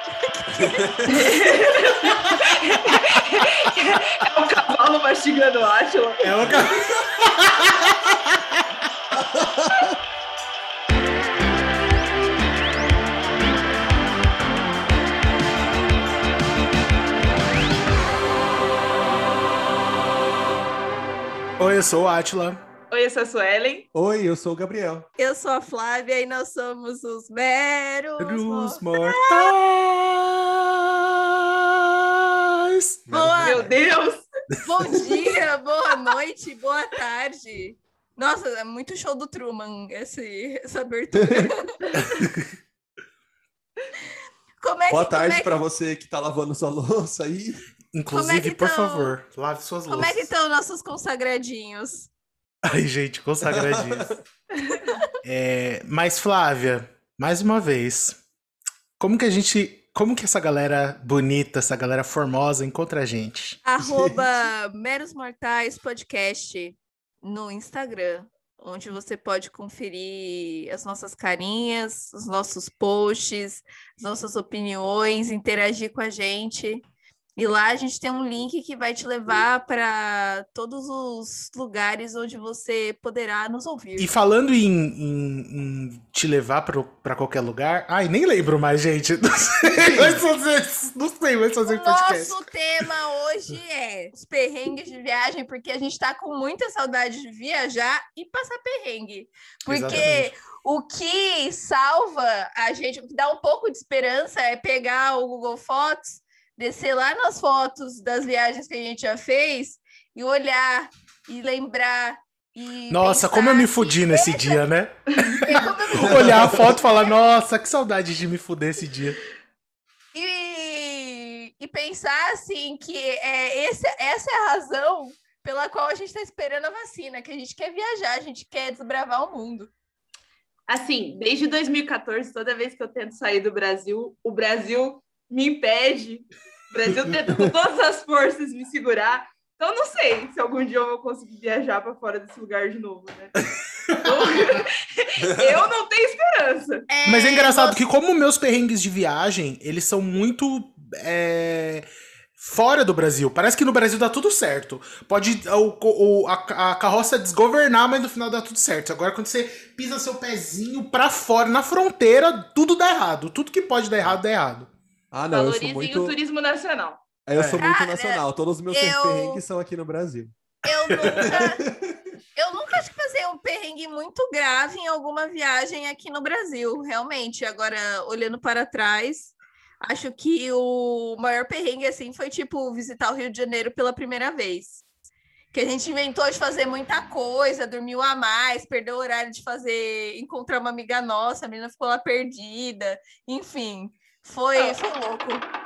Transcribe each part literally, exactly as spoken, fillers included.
É o cavalo mastigando Átila. É o cavalo. Oi, eu sou o Átila. Oi, eu sou a Suelen. Oi, eu sou o Gabriel. Eu sou a Flávia e nós somos os meros Os mortais. mortais. Boa, Meu Deus! bom dia, boa noite, boa tarde. Nossa, é muito show do Truman esse, essa abertura. Como é que, Boa tarde como é para que, você que tá lavando sua louça aí. Inclusive, Como é que por tão- favor, lave suas como louças. é que estão nossos consagradinhos? Ai, gente, consagradinhos. É, mas, Flávia, mais uma vez, como que a gente... Como que essa galera bonita, essa galera formosa encontra a gente? Arroba Meros Mortais Podcast no Instagram, onde você pode conferir as nossas carinhas, os nossos posts, as nossas opiniões, interagir com a gente. E lá a gente tem um link que vai te levar para todos os lugares onde você poderá nos ouvir. E falando em, em- em te levar para qualquer lugar... Ai, nem lembro mais, gente. Não sei mais fazer, não sei mais fazer O podcast. nosso tema hoje é os perrengues de viagem, porque a gente tá com muita saudade de viajar e passar perrengue. Porque Exatamente. o que salva a gente, o que dá um pouco de esperança é pegar o Google Fotos, descer lá nas fotos das viagens que a gente já fez e olhar e lembrar. E Nossa, pensar como eu me que fudi nesse dia, né? é como eu me Olhar a foto e falar, nossa, que saudade de me fuder esse dia. E, e pensar assim que é, esse, essa é a razão pela qual a gente está esperando a vacina, que a gente quer viajar, a gente quer desbravar o mundo. Assim, desde dois mil e quatorze, toda vez que eu tento sair do Brasil, o Brasil me impede. O Brasil tenta com todas as forças me segurar. Então, não sei se algum dia eu vou conseguir viajar para fora desse lugar de novo, né? Então, eu não tenho esperança. Mas é engraçado você- que como meus perrengues de viagem, eles são muito é, fora do Brasil. Parece que no Brasil dá tudo certo. Pode o, o- a, a carroça desgovernar, mas no final dá tudo certo. Agora quando você pisa seu pezinho pra fora, na fronteira, tudo dá errado. Tudo que pode dar errado, dá errado. Ah, não, eu sou Valorizem muito. o turismo nacional. Eu sou muito Cara, nacional. Todos os meus eu- perrengues são aqui no Brasil. Eu nunca, eu nunca acho que passei um perrengue muito grave em alguma viagem aqui no Brasil, realmente. Agora, olhando para trás, acho que o maior perrengue assim foi tipo visitar o Rio de Janeiro pela primeira vez. Que a gente inventou de fazer muita coisa, dormiu a mais, perdeu o horário de fazer, encontrar uma amiga nossa, a menina ficou lá perdida, enfim, foi, foi louco.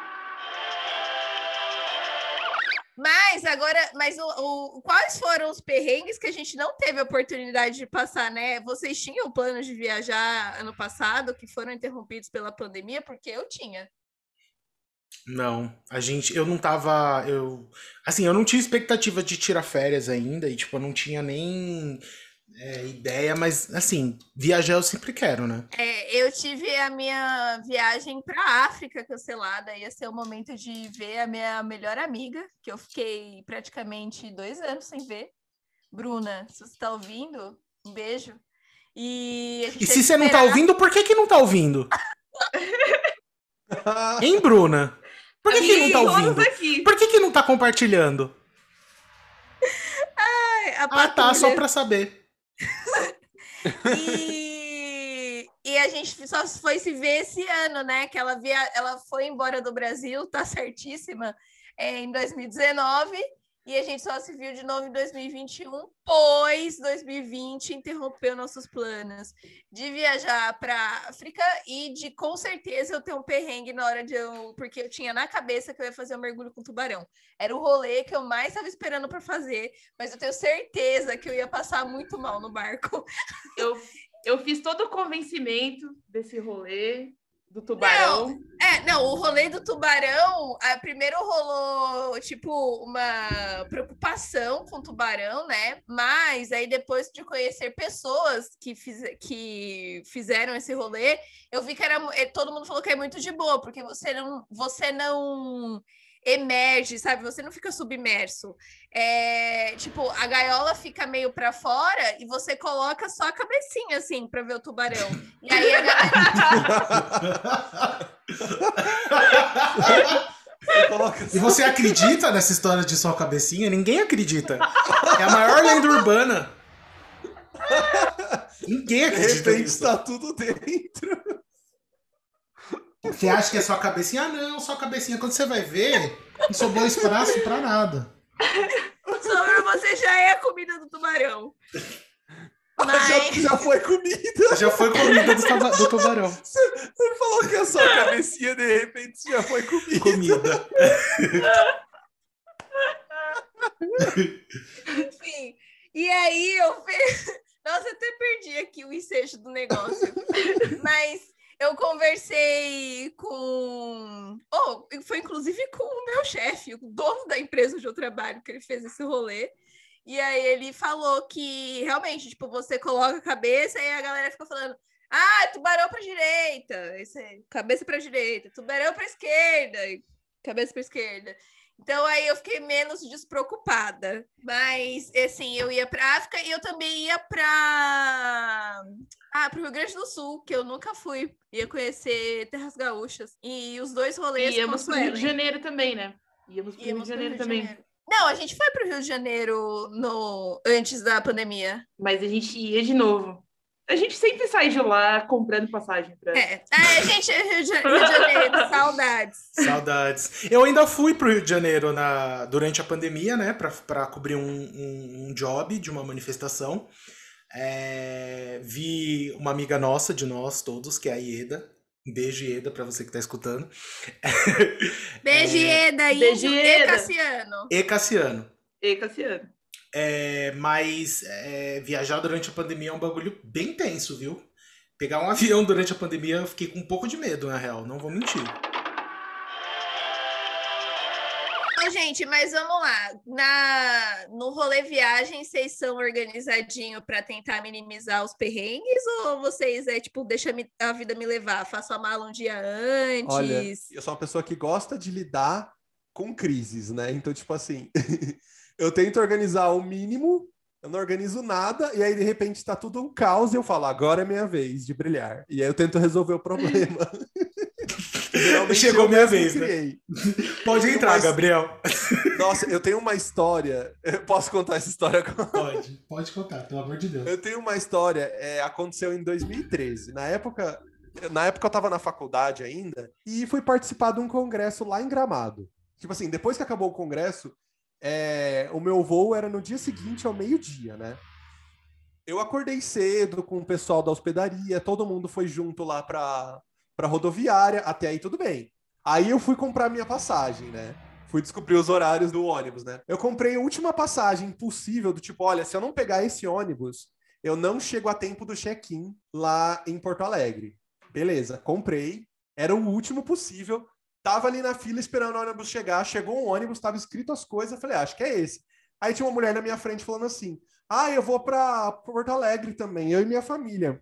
Mas agora, mas o, o- quais foram os perrengues que a gente não teve a oportunidade de passar, né? Vocês tinham planos de viajar ano passado que foram interrompidos pela pandemia? Porque eu tinha. Não, a gente, eu não tava, eu, assim, eu não tinha expectativa de tirar férias ainda e, tipo, eu não tinha nem é, ideia, mas, assim, viajar eu sempre quero, né? É, eu tive a minha viagem para a África cancelada. Ia ser o momento de ver a minha melhor amiga, que eu fiquei praticamente dois anos sem ver. Bruna, se você está ouvindo, um beijo. E, a gente E teve se que você não tá esperar- ouvindo, por que que não tá ouvindo? Hein, Bruna? Por que que não tá Amigos, ouvindo? todos aqui. Por que que não tá compartilhando? a Ah, tá, só patrulha. pra saber. E, e a gente só foi se ver esse ano, né? Que ela, via, ela foi embora do Brasil, tá certíssima, é, em dois mil e dezenove, e a gente só se viu de novo em dois mil e vinte e um, pois dois mil e vinte interrompeu nossos planos de viajar para África e de, com certeza, eu ter um perrengue na hora de eu... Porque eu tinha na cabeça que eu ia fazer um mergulho com tubarão. Era o rolê que eu mais estava esperando para fazer, mas eu tenho certeza que eu ia passar muito mal no barco. Eu, eu fiz todo o convencimento desse rolê. do tubarão. É, não, o rolê do tubarão, a, primeiro rolou, tipo, uma preocupação com o tubarão, né? Mas aí depois de conhecer pessoas que, fiz, que fizeram esse rolê, eu vi que era, todo mundo falou que é muito de boa, porque você não, você não emerge, sabe? Você não fica submerso. É, tipo, a gaiola fica meio para fora e você coloca só a cabecinha, assim, para ver o tubarão. E aí a galera... Você coloca E você acredita nessa história de só a cabecinha? Ninguém acredita. É a maior lenda urbana. Ninguém De acredita repente nisso. tá tudo dentro. Você acha que é só a cabecinha? Ah, não, só a cabecinha. Quando você vai ver, não sobrou espaço pra nada. Sobre você já é a comida do tubarão. Mas... Já, já foi comida. Já foi comida do, tuba- do tubarão. Você falou que é só a cabecinha, de repente já foi comida. Comida. Enfim, e aí eu fiz... Nossa, eu até perdi aqui o ensejo do negócio. Mas eu conversei com... Oh, foi inclusive com o meu chefe, o dono da empresa onde eu trabalho, que ele fez esse rolê. E aí ele falou que realmente, tipo, você coloca a cabeça e a galera fica falando: ah, tubarão pra direita, esse é, cabeça pra direita, tubarão pra esquerda, cabeça pra esquerda. Então aí eu fiquei menos despreocupada. Mas, assim, eu ia pra África e eu também ia pra... Ah, pro Rio Grande do Sul, que eu nunca fui. Ia conhecer Terras Gaúchas. E os dois rolês... E íamos pro Rio de Suelen. Janeiro também, né? Íamos pro Rio Íamos de pro Janeiro Rio de também. Janeiro. Não, a gente foi pro Rio de Janeiro no... antes da pandemia. Mas a gente ia de novo. A gente sempre sai de lá comprando passagem pra... É, é gente, Rio de, Rio de Janeiro, saudades. Saudades. Eu ainda fui pro Rio de Janeiro na, durante a pandemia, né? Pra, pra cobrir um, um, um job de uma manifestação. É, vi uma amiga nossa, de nós todos, que é a Ieda. Um beijo, Ieda, pra você que tá escutando. Beijo, Ieda, Beijo, Índio e Ieda. Cassiano. E Cassiano. E Cassiano. É, mas é, viajar durante a pandemia é um bagulho bem tenso, viu? Pegar um avião durante a pandemia eu fiquei com um pouco de medo, na real, não vou mentir. Ô, gente, mas vamos lá. Na, no rolê viagem, vocês são organizadinhos para tentar minimizar os perrengues ou vocês é tipo, deixa me- a vida me levar, faço a mala um dia antes? Olha, eu sou uma pessoa que gosta de lidar com crises, né? Então, tipo assim, eu tento organizar o mínimo, eu não organizo nada, e aí, de repente, tá tudo um caos e eu falo, agora é minha vez de brilhar. E aí eu tento resolver o problema. Geralmente Chegou eu minha mesmo vez, né? criei. Pode entrar, Mas- Gabriel. Nossa, eu tenho uma história. Eu posso contar essa história agora? Pode, pode contar, pelo amor de Deus. Eu tenho uma história, é, aconteceu em dois mil e treze. Na época, na época eu tava na faculdade ainda e fui participar de um congresso lá em Gramado. Tipo assim, depois que acabou o congresso, é, o meu voo era no dia seguinte ao meio-dia, né? Eu acordei cedo com o pessoal da hospedaria, todo mundo foi junto lá pra, pra rodoviária, até aí tudo bem. Aí eu fui comprar minha passagem, né? Fui descobrir os horários do ônibus, né? Eu comprei a última passagem possível, do tipo, olha, se eu não pegar esse ônibus, eu não chego a tempo do check-in lá em Porto Alegre. Beleza, comprei, era o último possível, tava ali na fila esperando o ônibus chegar, chegou um ônibus, tava escrito as coisas, eu falei, ah, acho que é esse. Aí tinha uma mulher na minha frente falando assim, ah, eu vou pra Porto Alegre também, eu e minha família.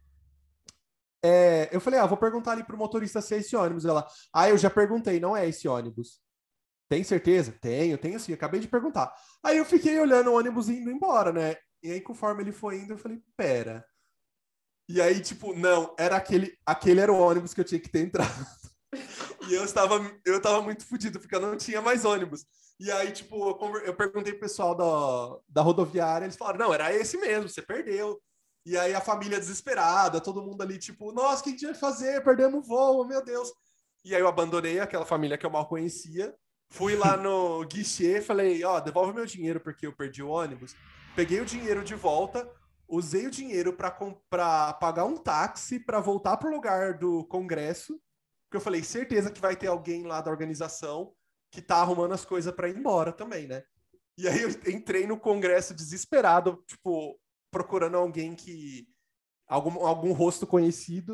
É, eu falei, ah, vou perguntar ali pro motorista se é esse ônibus. Ela, ah, eu já perguntei, não é esse ônibus. Tem certeza? Tenho, tenho sim, acabei de perguntar. Aí eu fiquei olhando o ônibus indo embora, né? E aí, conforme ele foi indo, eu falei, pera. E aí, tipo, não, era aquele, aquele era o ônibus que eu tinha que ter entrado. E eu estava, eu estava muito fodido, porque eu não tinha mais ônibus. E aí, tipo, eu, conver- eu perguntei pro pessoal da, da rodoviária, eles falaram, não, era esse mesmo, você perdeu. E aí a família desesperada, todo mundo ali, tipo, nossa, o que a gente vai fazer? Perdemos o voo, meu Deus. E aí eu abandonei aquela família que eu mal conhecia, fui lá no guichê, falei, ó, devolve meu dinheiro porque eu perdi o ônibus. Peguei o dinheiro de volta, usei o dinheiro para comprar, pagar um táxi para voltar pro lugar do congresso, porque eu falei, certeza que vai ter alguém lá da organização que tá arrumando as coisas para ir embora também, né? E aí eu entrei no congresso desesperado, tipo, procurando alguém que... Algum, algum rosto conhecido.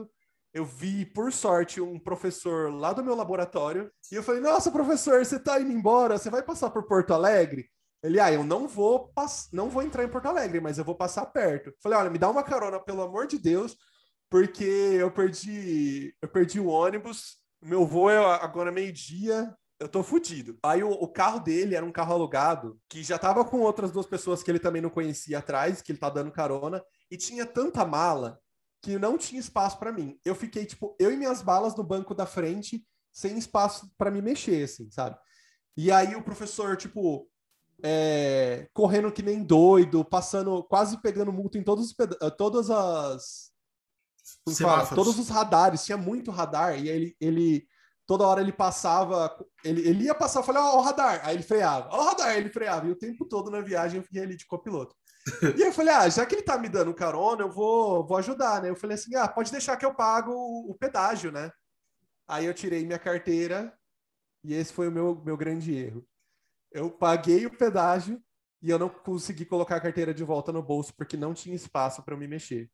eu vi, por sorte, um professor lá do meu laboratório, e eu falei, nossa, professor, você tá indo embora, você vai passar por Porto Alegre? Ele, ah, eu não vou, pass... não vou entrar em Porto Alegre, mas eu vou passar perto. Eu falei, olha, me dá uma carona, pelo amor de Deus, porque eu perdi, eu perdi o ônibus, meu voo é agora meio-dia, eu tô fudido. Aí o, o carro dele era um carro alugado, que já tava com outras duas pessoas que ele também não conhecia atrás, que ele tá dando carona, e tinha tanta mala que não tinha espaço para mim. Eu fiquei, tipo, eu e minhas balas no banco da frente, sem espaço para me mexer, assim, sabe? E aí o professor, tipo, é, correndo que nem doido, passando, quase pegando multa em todos os peda- todas as... como fala? Todos os radares, tinha muito radar, e aí ele, ele toda hora ele passava, ele, ele ia passar, eu falei, ó, oh, o radar, aí ele freava, ó, oh, o radar, ele freava, e o tempo todo na viagem eu fiquei ali de copiloto. E aí eu falei, ah, já que ele tá me dando carona, eu vou, vou ajudar, né? Eu falei assim, ah, pode deixar que eu pago o, o pedágio, né? Aí eu tirei minha carteira e esse foi o meu, meu grande erro. Eu paguei o pedágio e eu não consegui colocar a carteira de volta no bolso porque não tinha espaço para eu me mexer.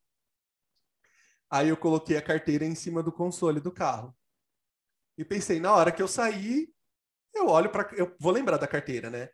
Aí eu coloquei a carteira em cima do console do carro. E pensei, na hora que eu sair, eu olho para... Eu vou lembrar da carteira, né?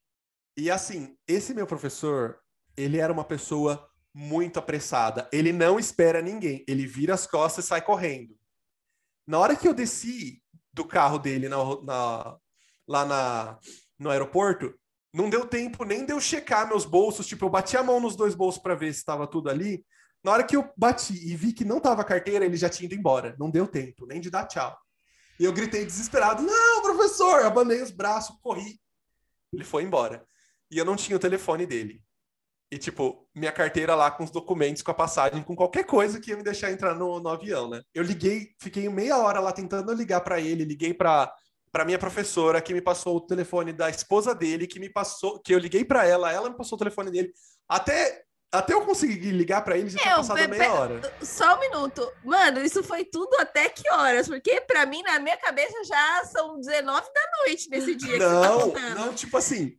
E assim, esse meu professor... ele era uma pessoa muito apressada. Ele não espera ninguém. Ele vira as costas e sai correndo. Na hora que eu desci do carro dele na, na, lá na, no aeroporto, não deu tempo nem de eu checar meus bolsos. Tipo, eu bati a mão nos dois bolsos para ver se estava tudo ali. Na hora que eu bati e vi que não estava a carteira, ele já tinha ido embora. Não deu tempo nem de dar tchau. E eu gritei desesperado, não, professor! Abanei os braços, corri. Ele foi embora. E eu não tinha o telefone dele. E, tipo, minha carteira lá com os documentos, com a passagem, com qualquer coisa que ia me deixar entrar no, no avião, né? Eu liguei, fiquei meia hora lá tentando ligar para ele, liguei para para minha professora, que me passou o telefone da esposa dele, que me passou, que eu liguei para ela, ela me passou o telefone dele. Até, até eu conseguir ligar para ele, já tinha passado pe- meia pe- hora. Só um minuto. Mano, isso foi tudo até que horas? Porque para mim, na minha cabeça, já são dezenove da noite nesse dia que você tá Não, contando. não, tipo assim...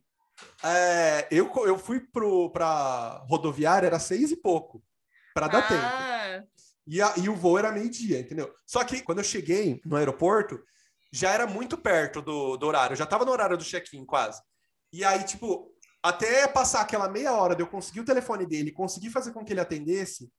É, eu, eu fui pro, pra rodoviária, era seis e pouco, para dar tempo. Ah, E, a, e o voo era meio-dia, entendeu? Só que quando eu cheguei no aeroporto, já era muito perto do, do horário, eu já tava no horário do check-in quase. E aí, tipo, até passar aquela meia hora de eu conseguir o telefone dele, conseguir fazer com que ele atendesse,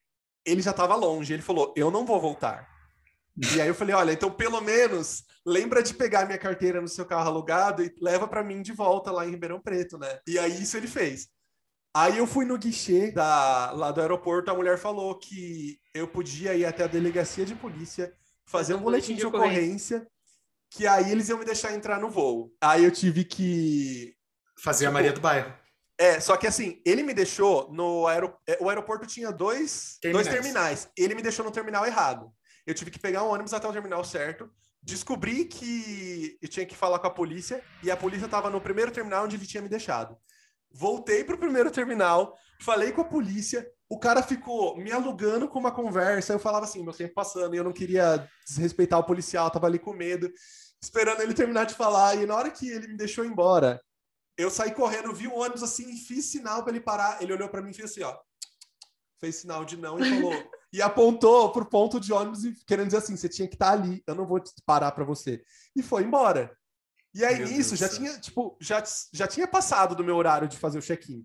ele já tava longe. Ele falou, eu não vou voltar. E aí eu falei, olha, então pelo menos lembra de pegar minha carteira no seu carro alugado e leva para mim de volta lá em Ribeirão Preto, né? E aí isso ele fez. Aí eu fui no guichê da, lá do aeroporto, a mulher falou que eu podia ir até a delegacia de polícia, fazer um boletim de ocorrência, que aí eles iam me deixar entrar no voo. Aí eu tive que... Fazer a tipo, Maria do Bairro. É, só que assim, ele me deixou no aeroporto... O aeroporto tinha dois Terminais. dois terminais. Ele me deixou no terminal errado. Eu tive que pegar um ônibus até o terminal certo, descobri que eu tinha que falar com a polícia, e a polícia estava no primeiro terminal onde ele tinha me deixado. Voltei pro primeiro terminal, falei com a polícia, o cara ficou me alugando com uma conversa, eu falava assim, meu tempo passando, e eu não queria desrespeitar o policial, tava ali com medo, esperando ele terminar de falar, e na hora que ele me deixou embora, eu saí correndo, vi o ônibus assim, e fiz sinal para ele parar, ele olhou para mim e fez assim, ó, fez sinal de não e falou... E apontou pro ponto de ônibus, querendo dizer assim, você tinha que estar ali, eu não vou parar para você. E foi embora. E aí, Meu nisso, Deus já do tinha, tipo, já, já tinha passado do meu horário de fazer o check-in.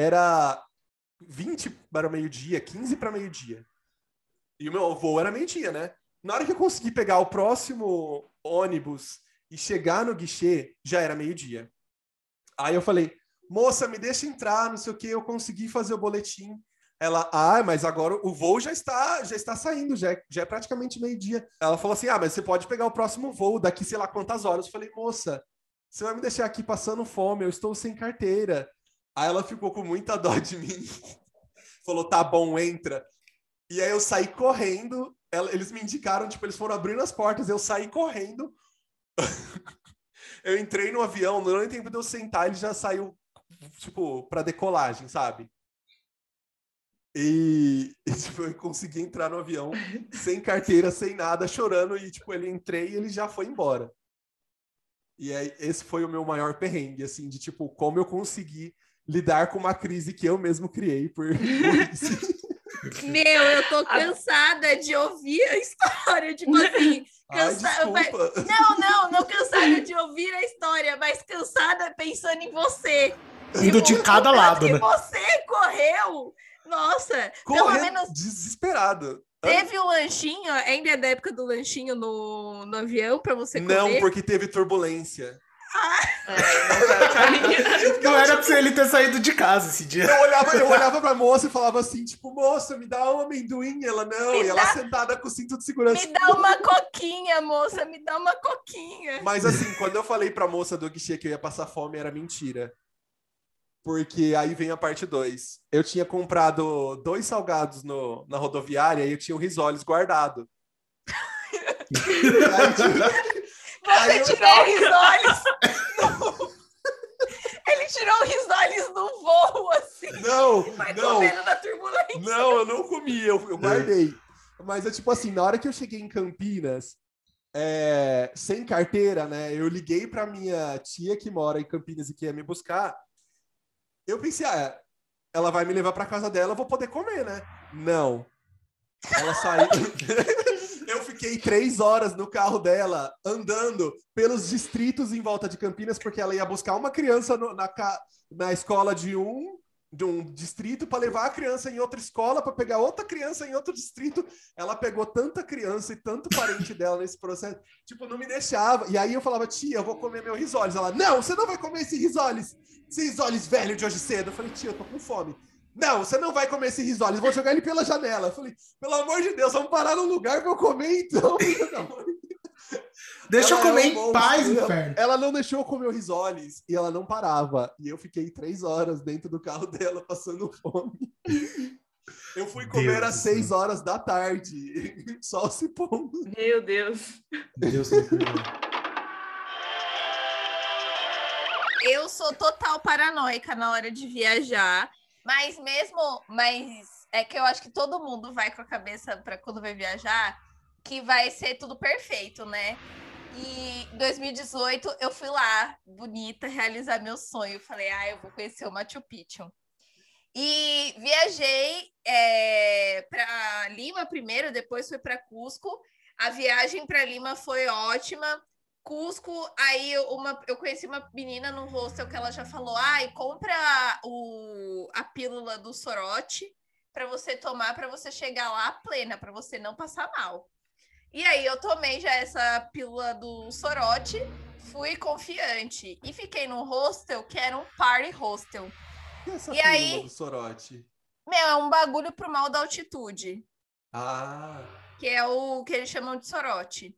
Era vinte para meio-dia, quinze para meio-dia. E o meu voo era meio-dia, né? Na hora que eu consegui pegar o próximo ônibus e chegar no guichê, já era meio-dia. Aí eu falei, moça, me deixa entrar, não sei o que, eu consegui fazer o boletim. Ela, ah, mas agora o voo já está, já está saindo, já é, já é praticamente meio-dia. Ela falou assim, ah, mas você pode pegar o próximo voo daqui sei lá quantas horas. Eu falei, moça, você vai me deixar aqui passando fome, eu estou sem carteira. Aí ela ficou com muita dó de mim. Falou, tá bom, entra. E aí eu saí correndo, ela, eles me indicaram, tipo, eles foram abrindo as portas, eu saí correndo. Eu entrei no avião, não deu nem tempo de eu sentar, ele já saiu, tipo, pra decolagem, sabe? E, e tipo, eu consegui entrar no avião sem carteira, sem nada, chorando. E tipo, ele entrei e ele já foi embora. E aí, esse foi o meu maior perrengue, assim, de tipo, como eu consegui lidar com uma crise que eu mesmo criei por, por isso. Meu, eu tô cansada de ouvir a história, tipo assim, cansada. Ai, desculpa. Não, não, não cansada de ouvir a história, mas cansada pensando em você. Indo de cada o tanto lado, que né? você correu. Nossa, pelo Correndo menos desesperado. teve o lanchinho, ainda é da época do lanchinho no, no avião pra você comer. Não, porque teve turbulência. É, não vai, Carlinhos. Não era pra ele ter saído de casa esse dia. Eu olhava, eu olhava pra moça e falava assim, tipo, moça, me dá um amendoim. Ela, não. Me E ela dá- sentada com o cinto de segurança. Me dá uma coquinha, moça, me dá uma coquinha. Mas assim, quando eu falei pra moça do guichê que eu ia passar fome, era mentira. Porque aí vem a parte dois. Eu tinha comprado dois salgados no, na rodoviária e eu tinha o risoles guardado. Aí, tipo, Você aí eu- tirou o risoles. Ele tirou o risoles no voo, assim. Não, Vai não. comendo na turbulência. Não, eu não comi, eu, eu guardei. Mas é tipo assim, na hora que eu cheguei em Campinas, é, sem carteira, né? Eu liguei pra minha tia que mora em Campinas e que ia me buscar. Eu pensei, ah, ela vai me levar pra casa dela, eu vou poder comer, né? Não. Ela saiu. Eu fiquei três horas no carro dela, andando pelos distritos em volta de Campinas, porque ela ia buscar uma criança no- na, ca- na escola de um, de um distrito para levar a criança em outra escola, para pegar outra criança em outro distrito. Ela pegou tanta criança e tanto parente dela nesse processo, tipo, não me deixava. E aí eu falava, tia, eu vou comer meu risoles. Ela, não, você não vai comer esse risoles. Esse risoles velho de hoje cedo. Eu falei, tia, eu tô com fome. Não, você não vai comer esse risoles, vou jogar ele pela janela. Eu falei, pelo amor de Deus, vamos parar num lugar pra eu comer então. Deixa eu Ela é comer um em monstro, paz, ela- inferno. Ela não deixou eu comer o risoles e ela não parava. E eu fiquei três horas dentro do carro dela passando fome. Eu fui comer Deus às do seis céu. horas da tarde. Só se pondo. Meu Deus. Deus me perdoe. Eu sou total paranoica na hora de viajar, mas mesmo, mas é que eu acho que todo mundo vai com a cabeça para quando vai viajar, que vai ser tudo perfeito, né? E em dois mil e dezoito eu fui lá, bonita, realizar meu sonho. Falei, ah, eu vou conhecer o Machu Picchu. E viajei é, para Lima primeiro, depois fui para Cusco. A viagem para Lima foi ótima. Cusco, aí uma, eu conheci uma menina no hostel que ela já falou, ai, compra o, a pílula do sorote para você tomar, para você chegar lá plena, para você não passar mal. E aí eu tomei já essa pílula do sorote, fui confiante e fiquei num hostel que era um party hostel. E essa E pílula aí? do sorote? Meu, é um bagulho pro mal da altitude, Ah, que é o que eles chamam de sorote.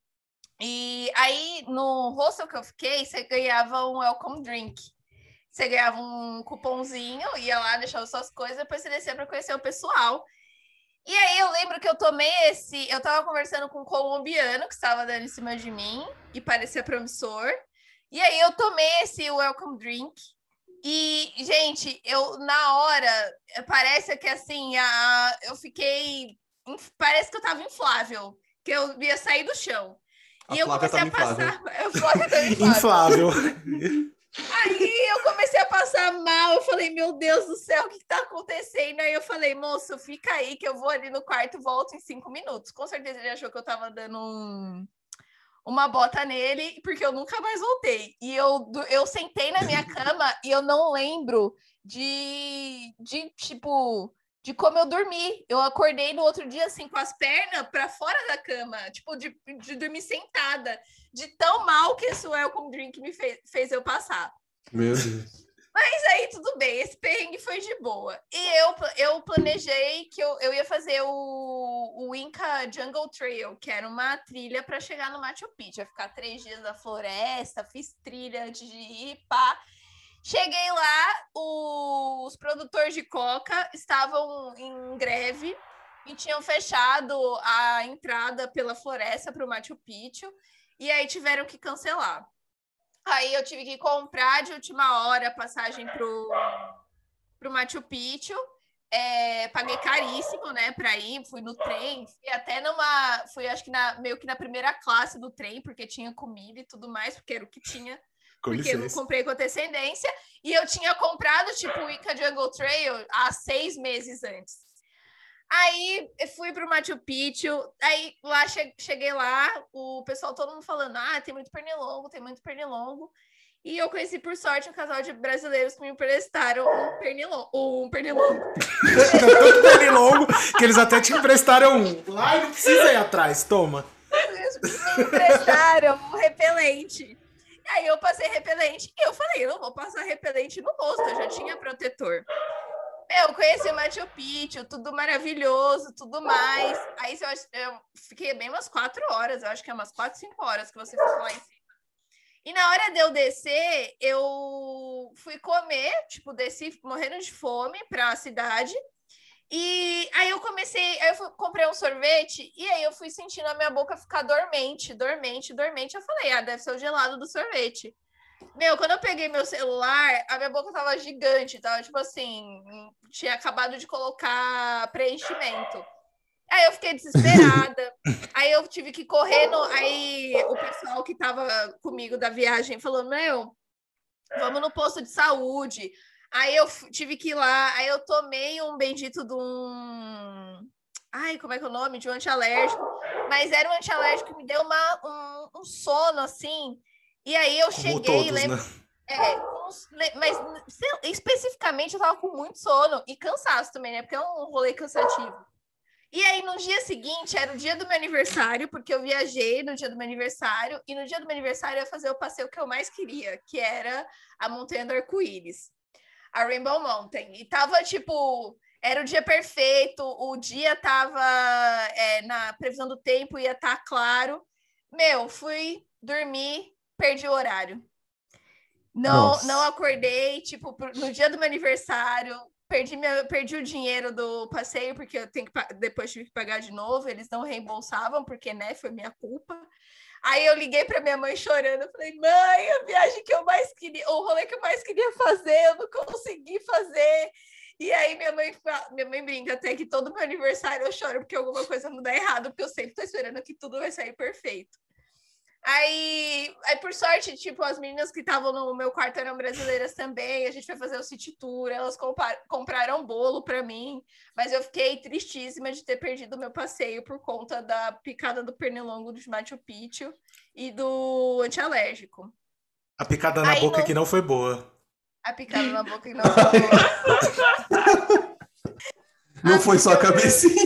E aí, no hostel que eu fiquei, você ganhava um welcome drink. Você ganhava um cupomzinho, ia lá, deixava suas coisas, depois você descia para conhecer o pessoal. E aí eu lembro que eu tomei esse... Eu tava conversando com um colombiano que estava dando em cima de mim e parecia promissor. E aí eu tomei esse welcome drink. E, gente, eu, na hora, parece que assim, a, eu fiquei... Parece que eu tava inflável, que eu ia sair do chão. a E eu Flávia comecei a tava passar. inflável. Eu Flávia tava inflável. Inflável. Aí eu comecei a passar mal. Eu falei, meu Deus do céu, o que está acontecendo? Aí eu falei, moço, fica aí que eu vou ali no quarto e volto em cinco minutos. Com certeza ele achou que eu tava dando um, uma bota nele, porque eu nunca mais voltei. E eu, eu sentei na minha cama e eu não lembro de, de tipo. De como eu dormi. Eu acordei no outro dia, assim, com as pernas para fora da cama. Tipo, de, de dormir sentada. De tão mal que esse welcome drink me fez, fez eu passar. Meu Deus. Mas aí, tudo bem. Esse perrengue foi de boa. E eu, eu planejei que eu, eu ia fazer o, o Inca Jungle Trail, que era uma trilha para chegar no Machu Picchu. Ia ficar três dias na floresta, fiz trilha antes de ir, pá. Cheguei lá, os produtores de coca estavam em greve e tinham fechado a entrada pela floresta para o Machu Picchu e aí tiveram que cancelar. Aí eu tive que comprar de última hora a passagem para o Machu Picchu, é, paguei caríssimo, né, para ir, fui no trem, fui até numa, fui acho que na, meio que na primeira classe do trem, porque tinha comida e tudo mais, porque era o que tinha. Com Porque eu não licença. comprei com antecedência. E eu tinha comprado, tipo, o Inca Jungle Trail há seis meses antes. Aí eu fui pro Machu Picchu, aí lá che- cheguei lá, o pessoal todo mundo falando, ah, tem muito pernilongo, tem muito pernilongo. E eu conheci, por sorte, um casal de brasileiros que me emprestaram um pernilongo. Um pernilongo. Tanto pernilongo que eles até te emprestaram um. Lá e não precisa ir atrás, toma. Eles me emprestaram um repelente. Aí eu passei repelente e eu falei, eu não vou passar repelente no rosto, eu já tinha protetor. Eu conheci o Machu Picchu, tudo maravilhoso, tudo mais. Aí eu, eu fiquei bem umas quatro horas, eu acho que é umas quatro, cinco horas que você ficou lá em cima. E na hora de eu descer, eu fui comer, tipo, desci morrendo de fome para a cidade. E aí eu comecei, aí eu fui, comprei um sorvete e aí eu fui sentindo a minha boca ficar dormente, dormente, dormente. Eu falei, ah, deve ser o gelado do sorvete. Meu, quando eu peguei meu celular, a minha boca tava gigante, tava tipo assim, tinha acabado de colocar preenchimento. Aí eu fiquei desesperada. Aí eu tive que correr. No... Aí o pessoal que tava comigo da viagem falou: Meu, vamos no posto de saúde. Aí eu tive que ir lá. Aí eu tomei um bendito de um. Ai, como é que é o nome? De um antialérgico. Mas era um antialérgico que me deu uma, um, um sono assim. E aí eu Como cheguei, todos, lembro. né? É, mas especificamente eu tava com muito sono e cansaço também, né? Porque é um rolê cansativo. E aí, no dia seguinte, era o dia do meu aniversário, porque eu viajei no dia do meu aniversário, e no dia do meu aniversário eu ia fazer o passeio que eu mais queria, que era a Montanha do Arco-Íris, a Rainbow Mountain. E tava, tipo, era o dia perfeito, o dia tava, é, na previsão do tempo, ia estar claro. Meu, fui dormir, perdi o horário. Não, não acordei, tipo, no dia do meu aniversário, perdi, minha, perdi o dinheiro do passeio, porque eu tenho que depois tive que pagar de novo, eles não reembolsavam, porque, né, foi minha culpa. Aí eu liguei para minha mãe chorando, eu falei, mãe, a viagem que eu mais queria, o rolê que eu mais queria fazer, eu não consegui fazer. E aí minha mãe, minha mãe brinca até que todo meu aniversário eu choro porque alguma coisa não dá errado, porque eu sempre tô esperando que tudo vai sair perfeito. Aí, aí, por sorte, tipo, as meninas que estavam no meu quarto eram brasileiras também. A gente foi fazer o city tour, elas compraram bolo para mim, mas eu fiquei tristíssima de ter perdido o meu passeio por conta da picada do pernilongo de Machu Picchu e do antialérgico. A picada na aí, boca no... que não foi boa. A picada na boca que não foi boa. Não foi só a cabecinha.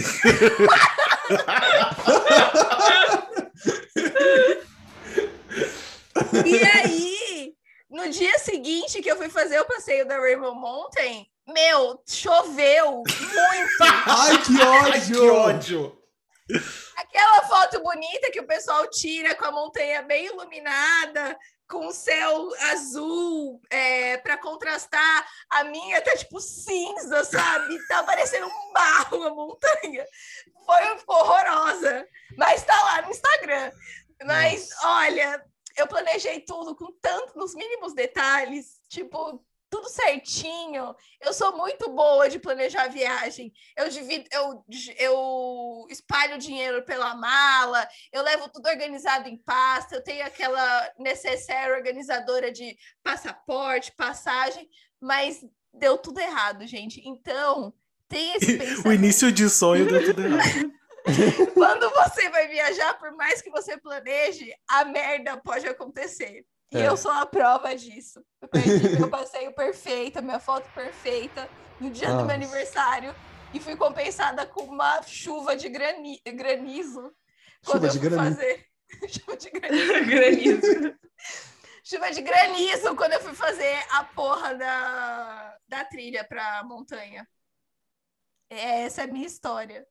E aí, no dia seguinte que eu fui fazer o passeio da Rainbow Mountain, meu, choveu muito. Ai, que ódio! Ai, que ódio! Aquela foto bonita que o pessoal tira com a montanha bem iluminada, com o céu azul, é, para contrastar, a minha tá tipo cinza, sabe? Tá parecendo um barro a montanha. Foi horrorosa, mas tá lá no Instagram. Mas, nossa, olha, eu planejei tudo com tanto, nos mínimos detalhes, tipo, tudo certinho. Eu sou muito boa de planejar viagem. Eu divido, eu, eu espalho dinheiro pela mala, eu levo tudo organizado em pasta, eu tenho aquela necessaire organizadora de passaporte, passagem, mas deu tudo errado, gente. Então, tem esse pensamento. O início de sonho deu tudo errado. Quando você vai viajar, por mais que você planeje, a merda pode acontecer. E é. eu sou a prova disso. Eu perdi meu passeio perfeito, minha foto perfeita, no dia Nossa. do meu aniversário, e fui compensada com uma chuva de grani granizo. Quando chuva eu fui de granizo. fazer. chuva de granizo. granizo. chuva de granizo quando eu fui fazer a porra da, da trilha pra montanha. Essa é a minha história.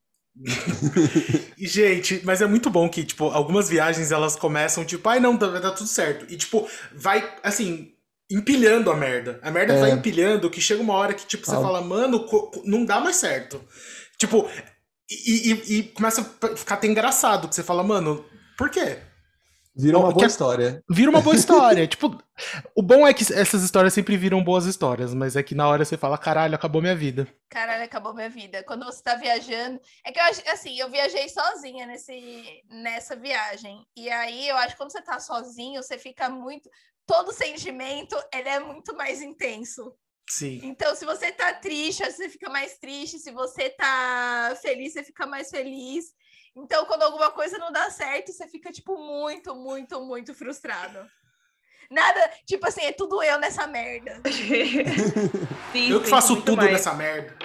E, gente, mas é muito bom que, tipo, algumas viagens elas começam, tipo, ai, não, vai dar tudo certo. E, tipo, vai, assim, empilhando a merda. A merda é. vai empilhando, que chega uma hora que, tipo, você ah. fala, mano, não dá mais certo. Tipo, e, e, e começa a ficar até engraçado, que você fala, mano, por quê? Vira uma boa que, história. Vira uma boa história. Tipo, o bom é que essas histórias sempre viram boas histórias, mas é que na hora você fala, caralho, acabou minha vida. Caralho, acabou minha vida. Quando você tá viajando... É que, eu assim, eu viajei sozinha nesse, nessa viagem. E aí, eu acho que quando você tá sozinho, você fica muito... Todo sentimento, ele é muito mais intenso. Sim. Então, se você tá triste, você fica mais triste. Se você tá feliz, você fica mais feliz. Então, quando alguma coisa não dá certo, você fica, tipo, muito, muito, muito frustrado. Nada, tipo assim, é tudo eu nessa merda. Sim, Eu que sinto faço muito tudo mais. nessa merda.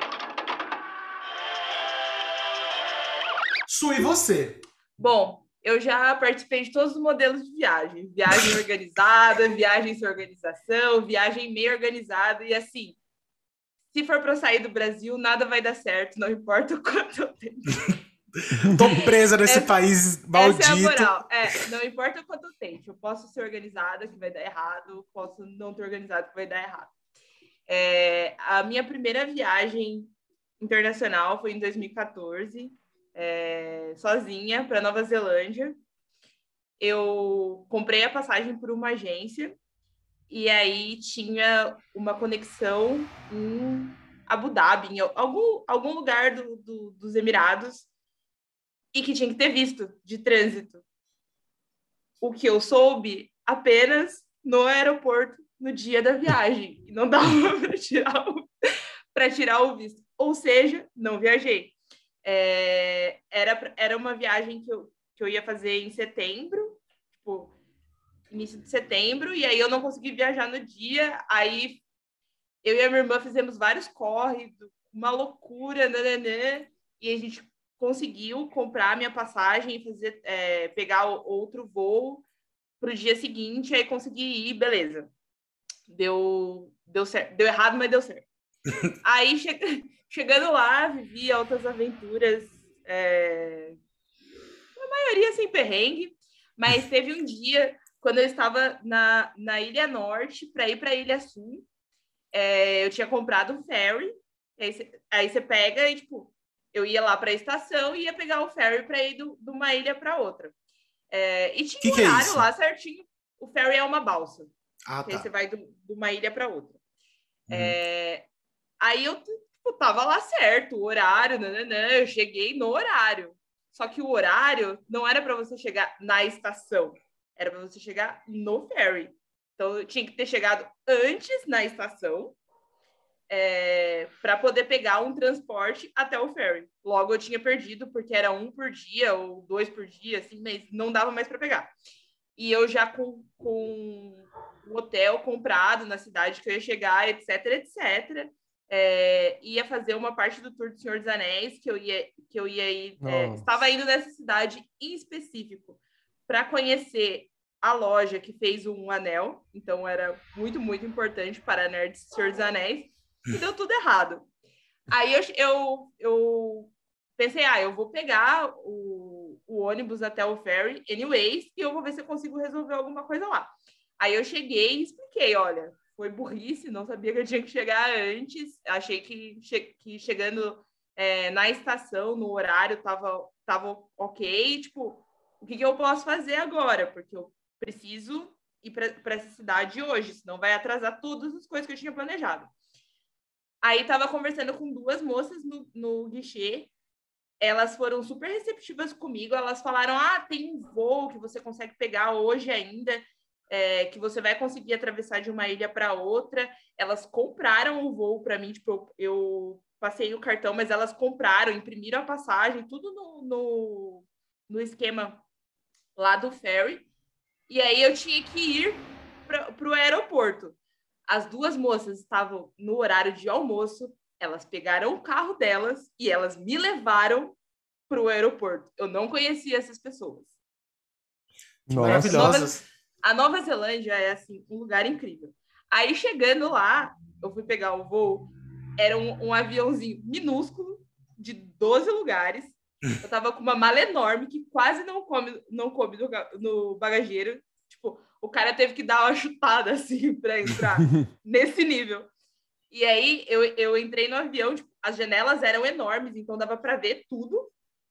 Su, e você? Bom, eu já participei de todos os modelos de viagem. Viagem organizada, viagem sem organização, viagem meio organizada. E assim, se for para eu sair do Brasil, nada vai dar certo, não importa o quanto eu tente. Tô presa nesse Essa- país Essa é a maldito. moral. É, não importa o quanto eu tente. Eu posso ser organizada, que vai dar errado. Posso não ter organizado, que vai dar errado. É, a minha primeira viagem internacional foi em dois mil e quatorze, é, sozinha, para Nova Zelândia. Eu comprei a passagem por uma agência e aí tinha uma conexão em Abu Dhabi, em algum, algum lugar do, do, dos Emirados, e que tinha que ter visto de trânsito. O que eu soube apenas no aeroporto no dia da viagem. E não dava para tirar, o, tirar o visto. Ou seja, não viajei. É, era, era uma viagem que eu, que eu ia fazer em setembro, tipo, início de setembro, e aí eu não consegui viajar no dia. Aí eu e a minha irmã fizemos vários corres, uma loucura, nananã, e a gente conseguiu comprar a minha passagem e fazer, é, pegar outro voo para o dia seguinte, aí consegui ir, beleza. Deu, deu, certo. Deu errado, mas deu certo. Aí, che... chegando lá, vivi altas aventuras, é... a maioria sem perrengue, mas teve um dia, quando eu estava na, na Ilha Norte, para ir para a Ilha Sul, é... eu tinha comprado um ferry, aí você pega e, tipo, eu ia lá para a estação e ia pegar o ferry para ir do, de uma ilha para outra. É... e tinha Que um que é horário isso? lá certinho. O ferry é uma balsa. Ah, que aí tá. você vai do, de uma ilha para outra. Uhum. É, aí eu tipo, tava lá certo, o horário, nananã, eu cheguei no horário. Só que o horário não era para você chegar na estação, era para você chegar no ferry. Então eu tinha que ter chegado antes na estação, é, para poder pegar um transporte até o ferry. Logo eu tinha perdido, porque era um por dia ou dois por dia, assim, mas não dava mais para pegar. E eu já com, com o hotel comprado na cidade que eu ia chegar, etc, etcétera. É, ia fazer uma parte do Tour do Senhor dos Anéis, que eu ia, que eu ia ir, é, estava indo nessa cidade em específico para conhecer a loja que fez um anel, então era muito, muito importante para nerds do Senhor dos Anéis, e deu tudo errado. Aí eu, eu, eu pensei, ah, eu vou pegar o, o ônibus até o ferry, anyways, e eu vou ver se eu consigo resolver alguma coisa lá. Aí eu cheguei e expliquei, olha, foi burrice, não sabia que eu tinha que chegar antes, achei que, che que chegando é, na estação, no horário, tava, tava ok, tipo, o que, que eu posso fazer agora? Porque eu preciso ir para essa cidade hoje, senão vai atrasar todas as coisas que eu tinha planejado. Aí tava conversando com duas moças no, no guichê, elas foram super receptivas comigo, elas falaram, ah, tem um voo que você consegue pegar hoje ainda, é, que você vai conseguir atravessar de uma ilha para outra. Elas compraram o voo para mim, tipo, eu, eu passei o cartão, mas elas compraram, imprimiram a passagem, tudo no, no, no esquema lá do ferry, e aí eu tinha que ir para o aeroporto. As duas moças estavam no horário de almoço, elas pegaram o carro delas e elas me levaram para o aeroporto. Eu não conhecia essas pessoas. Maravilhosas. A Nova Zelândia é, assim, um lugar incrível. Aí, chegando lá, eu fui pegar o voo, era um, um aviãozinho minúsculo, de doze lugares. Eu tava com uma mala enorme, que quase não come, não coube no, no bagageiro. Tipo, o cara teve que dar uma chutada, assim, para entrar nesse nível. E aí, eu, eu entrei no avião, tipo, as janelas eram enormes, então dava para ver tudo.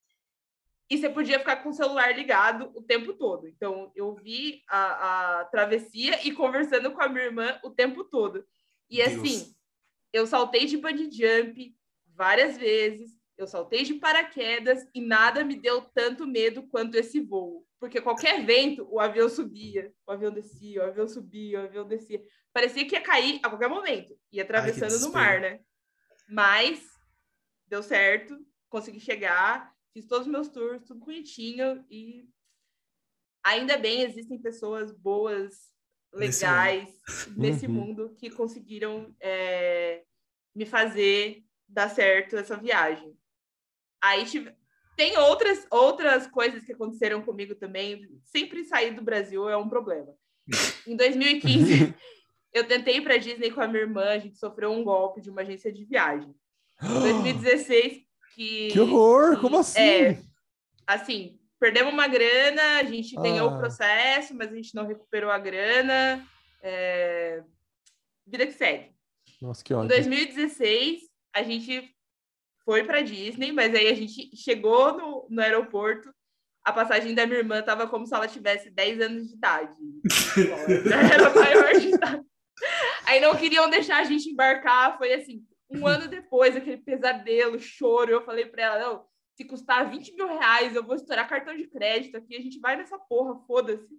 E você podia ficar com o celular ligado o tempo todo. Então, eu vi a, a travessia e conversando com a minha irmã o tempo todo. E, Deus. Assim, eu saltei de bungee jump várias vezes, eu saltei de paraquedas e nada me deu tanto medo quanto esse voo. porque qualquer vento, o avião subia, o avião descia, o avião subia, o avião descia. Parecia que ia cair a qualquer momento, ia atravessando Ai, no mar, né? Mas deu certo, consegui chegar, fiz todos os meus tours, tudo bonitinho, e ainda bem existem pessoas boas, legais, nesse mundo, nesse Uhum. mundo que conseguiram é, me fazer dar certo essa viagem. Aí tive... tem outras, outras coisas que aconteceram comigo também. Sempre sair do Brasil é um problema. Em dois mil e quinze, eu tentei ir para Disney com a minha irmã, a gente sofreu um golpe de uma agência de viagem. Em dois mil e dezesseis, que... Que horror! que, Como assim? É, assim, perdemos uma grana, a gente ganhou Ah. o processo, mas a gente não recuperou a grana. É... Vida que segue. Nossa, que Em ódio. dois mil e dezesseis, a gente foi para Disney, mas aí a gente chegou no, no aeroporto, a passagem da minha irmã estava como se ela tivesse dez anos de idade. Já era maior de idade. Aí não queriam deixar a gente embarcar, foi assim, um ano depois, aquele pesadelo, choro, eu falei para ela, não, se custar vinte mil reais, eu vou estourar cartão de crédito aqui, a gente vai nessa porra, foda-se.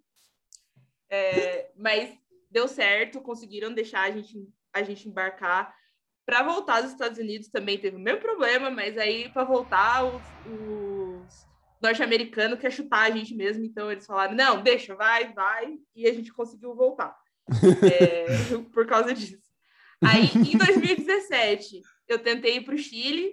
É, mas deu certo, conseguiram deixar a gente, a gente embarcar. Para voltar dos Estados Unidos também teve o mesmo problema, mas aí para voltar os, os norte-americanos quer chutar a gente mesmo, então eles falaram, não, deixa, vai, vai, e a gente conseguiu voltar é, por causa disso. Aí, em dois mil e dezessete, eu tentei ir para o Chile,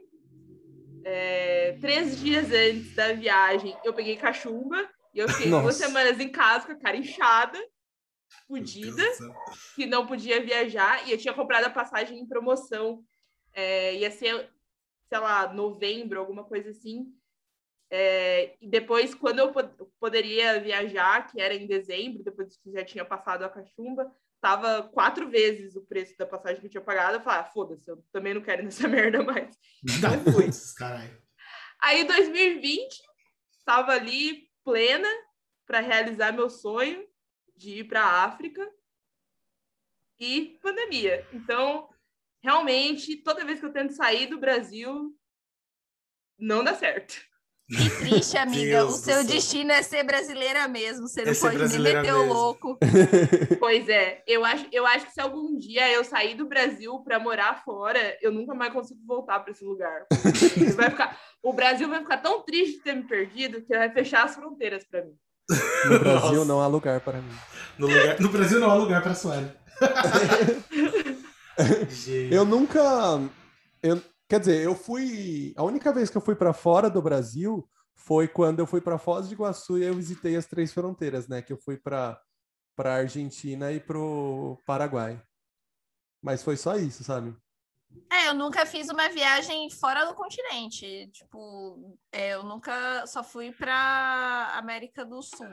é, três dias antes da viagem, eu peguei cachumba, e eu fiquei Nossa. duas semanas em casa com a cara inchada, fudida, que não podia viajar, e eu tinha comprado a passagem em promoção, é, ia ser, sei lá, novembro, alguma coisa assim, é, e depois, quando eu pod- poderia viajar, que era em dezembro, depois que já tinha passado a cachumba, tava quatro vezes o preço da passagem que eu tinha pagado, eu falei, ah, foda-se, eu também não quero ir nessa merda mais, não fui. Caralho. Aí, dois mil e vinte, estava ali, plena, para realizar meu sonho, de ir para a África e pandemia. Então, realmente, toda vez que eu tento sair do Brasil, não dá certo. Que triste, amiga. Deus O do seu céu. destino é ser brasileira mesmo. Você não É ser pode nem brasileira meter o mesmo. louco. Pois é, eu acho, eu acho que se algum dia eu sair do Brasil para morar fora, eu nunca mais consigo voltar para esse lugar. Porque vai ficar, o Brasil vai ficar tão triste de ter me perdido que vai fechar as fronteiras para mim. No Brasil Nossa. não há lugar para mim. No, lugar- no Brasil não há lugar pra Sueli. Gente. Eu nunca. Eu, quer dizer, eu fui. A única vez que eu fui para fora do Brasil foi quando eu fui para Foz do Iguaçu e eu visitei as três fronteiras, né? Que eu fui para para Argentina e pro Paraguai. Mas foi só isso, sabe? É, eu nunca fiz uma viagem fora do continente. Tipo, é, eu nunca só fui pra América do Sul.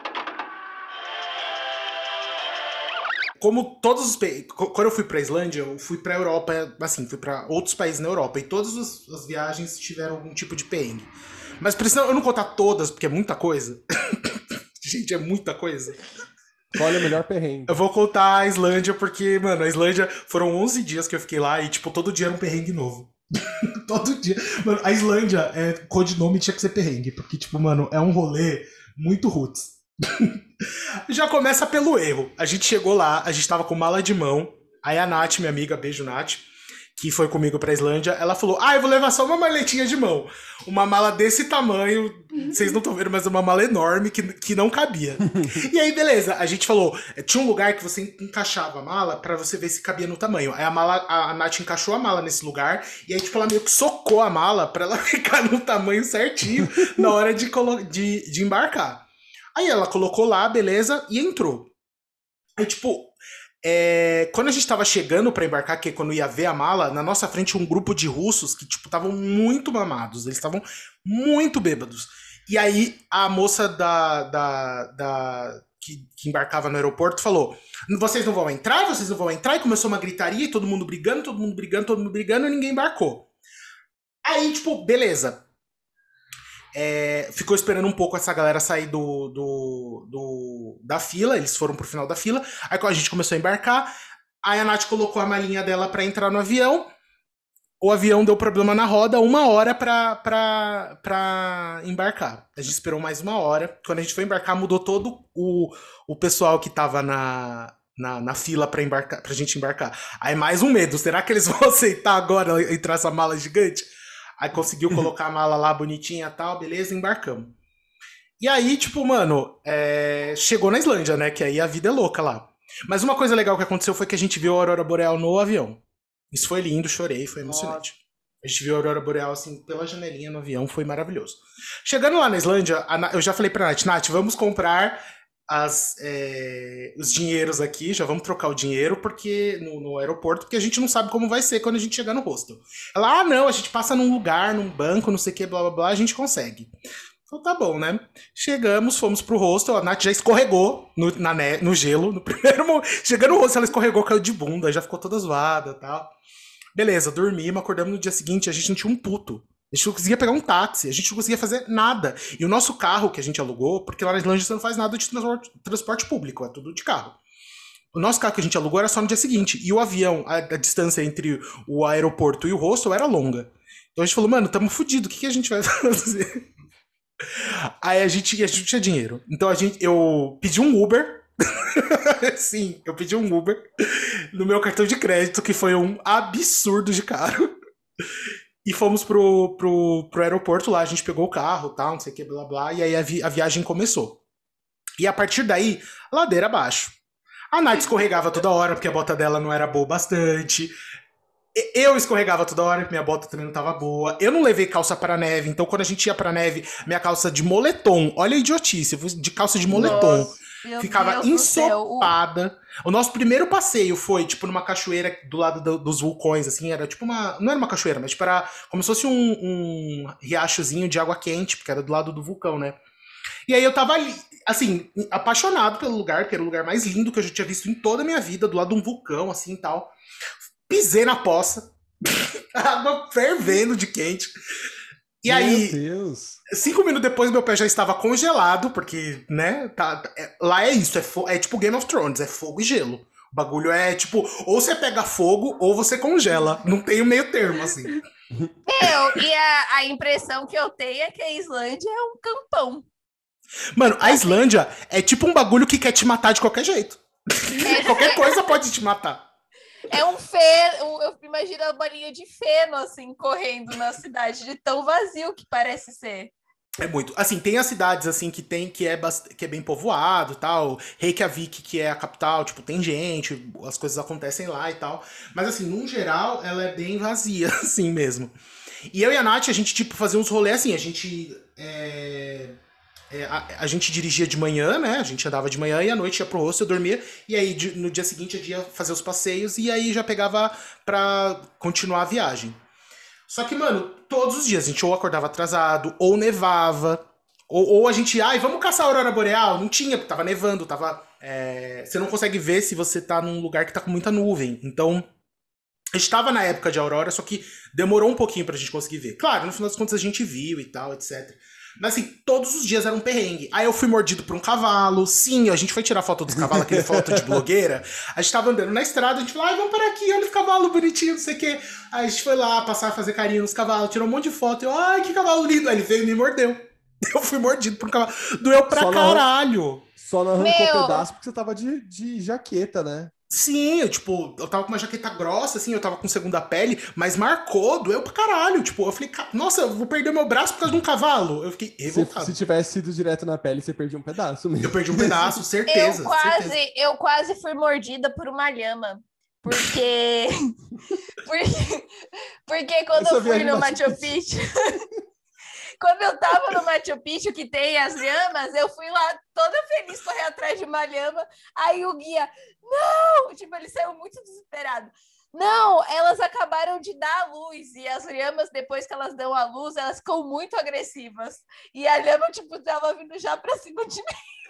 Como todos os países. Quando eu fui pra Islândia, eu fui pra Europa, assim, fui pra outros países na Europa. E todas as, as viagens tiveram algum tipo de perrengue. Mas precisam eu não contar todas, porque é muita coisa. Gente, é muita coisa. Qual é o melhor perrengue? Eu vou contar a Islândia, porque, mano, a Islândia foram onze dias que eu fiquei lá e, tipo, todo dia era um perrengue novo. Todo dia. Mano, a Islândia, é, codinome tinha que ser perrengue, porque, tipo, mano, é um rolê muito roots. Já começa pelo erro. A gente chegou lá, a gente tava com mala de mão. Aí a Nath, minha amiga, beijo Nath, que foi comigo pra Islândia, ela falou, ah, eu vou levar só uma maletinha de mão. Uma mala desse tamanho, vocês não estão vendo, mas uma mala enorme que, que não cabia. E aí, beleza, a gente falou, tinha um lugar que você encaixava a mala pra você ver se cabia no tamanho. Aí a mala, a, a Nath encaixou a mala nesse lugar, e aí, tipo, ela meio que socou a mala pra ela ficar no tamanho certinho na hora de, colo- de, de embarcar. Aí ela colocou lá, beleza, e entrou. Aí, tipo, é, quando a gente tava chegando pra embarcar, que é quando ia ver a mala, na nossa frente um grupo de russos que, tipo, estavam muito mamados. Eles estavam muito bêbados. E aí a moça da, da, da que, que embarcava no aeroporto falou, vocês não vão entrar, vocês não vão entrar. E começou uma gritaria, e todo mundo brigando, todo mundo brigando, todo mundo brigando, e ninguém embarcou. Aí, tipo, beleza. É, ficou esperando um pouco essa galera sair do, do, do, da fila, eles foram pro final da fila, aí a gente começou a embarcar, aí a Nath colocou a malinha dela pra entrar no avião, o avião deu problema na roda, uma hora pra, pra, pra embarcar. A gente esperou mais uma hora. Quando a gente foi embarcar, mudou todo o, o pessoal que tava na, na, na fila pra, embarcar, pra gente embarcar. Aí mais um medo, será que eles vão aceitar agora entrar essa mala gigante? Aí conseguiu colocar a mala lá bonitinha e tal, beleza, embarcamos. E aí, tipo, mano, é, chegou na Islândia, né? Que aí a vida é louca lá. Mas uma coisa legal que aconteceu foi que a gente viu a Aurora Boreal no avião. Isso foi lindo, chorei, foi emocionante. Nossa. A gente viu a Aurora Boreal, assim, pela janelinha no avião, foi maravilhoso. Chegando lá na Islândia, a, eu já falei pra Nath, Nath, vamos comprar as, é, os dinheiros aqui, já vamos trocar o dinheiro porque no, no aeroporto, porque a gente não sabe como vai ser quando a gente chegar no hostel. Ela, ah, não, a gente passa num lugar, num banco, não sei o que, blá, blá, blá, a gente consegue. Então tá bom, né? Chegamos, fomos pro hostel, a Nath já escorregou no, na ne- no gelo, no primeiro momento. Chegando no hostel, ela escorregou, caiu de bunda, já ficou toda zoada e tal. Beleza, dormimos, acordamos no dia seguinte, a gente não tinha um puto. A gente não conseguia pegar um táxi, a gente não conseguia fazer nada. E o nosso carro que a gente alugou, porque lá na Islândia você não faz nada de transporte, transporte público, é tudo de carro. O nosso carro que a gente alugou era só no dia seguinte. E o avião, a, a distância entre o aeroporto e o hostel era longa. Então a gente falou, mano, tamo fudido, o que, que a gente vai fazer? Aí a gente, a gente não tinha dinheiro. Então a gente, eu pedi um Uber. Sim, eu pedi um Uber no meu cartão de crédito, que foi um absurdo de caro. E fomos pro, pro, pro aeroporto lá, a gente pegou o carro, tal, não sei o que, blá blá, e aí a, vi, a viagem começou. E a partir daí, ladeira abaixo. A Nath escorregava toda hora, porque a bota dela não era boa bastante. Eu escorregava toda hora, porque minha bota também não tava boa. Eu não levei calça pra neve, então quando a gente ia pra neve, minha calça de moletom, olha a idiotice, eu fui de calça de moletom. Nossa. Meu ficava Deus ensopada. O nosso primeiro passeio foi, tipo, numa cachoeira do lado do, dos vulcões, assim, era tipo uma... Não era uma cachoeira, mas tipo, era como se fosse um, um riachozinho de água quente, porque era do lado do vulcão, né? E aí eu tava ali, assim, apaixonado pelo lugar, porque era o lugar mais lindo que eu já tinha visto em toda a minha vida, do lado de um vulcão, assim, e tal. Pisei na poça, água fervendo de quente. E meu aí, Deus. cinco minutos depois, meu pé já estava congelado, porque, né, tá, é, lá é isso, é, fo- é tipo Game of Thrones, é fogo e gelo. O bagulho é tipo, ou você pega fogo, ou você congela. Não tem o meio termo, assim. Eu, e a, a impressão que eu tenho é que a Islândia é um campão. Mano, a Islândia é tipo um bagulho que quer te matar de qualquer jeito. É, Qualquer coisa pode te matar. É um feno, eu imagino a bolinha de feno, assim, correndo na cidade, de tão vazio que parece ser. É muito. Assim, tem as cidades, assim, que tem, que é, bast... que é bem povoado e tal. Reykjavik, que é a capital, tipo, tem gente, as coisas acontecem lá e tal. Mas, assim, num geral, ela é bem vazia, assim mesmo. E eu e a Nath, a gente, tipo, fazia uns rolês assim, a gente... É... É, a, a gente dirigia de manhã, né? A gente andava de manhã e à noite ia pro hostel, dormia. E aí de, no dia seguinte a gente ia fazer os passeios e aí já pegava pra continuar a viagem. Só que, mano, todos os dias a gente ou acordava atrasado, ou nevava, ou, ou a gente, ai, vamos caçar a Aurora Boreal. Não tinha, porque tava nevando, tava... É, você não consegue ver se você tá num lugar que tá com muita nuvem. Então, a gente tava na época de aurora, só que demorou um pouquinho pra gente conseguir ver. Claro, no final das contas a gente viu e tal, etcétera. Mas assim, todos os dias era um perrengue. Aí eu fui mordido por um cavalo. Sim, a gente foi tirar foto dos cavalos, aquele foto de blogueira. A gente tava andando na estrada, a gente falou, ai, vamos parar aqui, olha esse cavalo bonitinho, não sei o quê. Aí a gente foi lá, passar a fazer carinho nos cavalos, tirou um monte de foto. Eu, ai, que cavalo lindo. Aí ele veio e me mordeu. Eu fui mordido por um cavalo. Doeu pra Só não- caralho. Só não arrancou Meu. pedaço porque você tava de, de jaqueta, né? Sim, eu, tipo, eu tava com uma jaqueta grossa, assim, eu tava com segunda pele, mas marcou, doeu pra caralho. Tipo, eu falei, "Ca- nossa, eu vou perder meu braço por causa de um cavalo." Eu fiquei Se, revoltado. se tivesse sido direto na pele, você perdia um pedaço mesmo. Eu perdi um pedaço, certeza. Eu quase, certeza. eu quase fui mordida por uma lhama. Porque. porque, porque quando Essa eu fui viagem no Machu Machu Picchu. Quando eu tava no Machu Picchu, que tem as lhamas, eu fui lá toda feliz correr atrás de uma lhama. Aí o guia, não! Tipo, ele saiu muito desesperado. Não, elas acabaram de dar a luz. E as lhamas, depois que elas dão a luz, elas ficam muito agressivas. E a lhama, tipo, tava vindo já pra cima de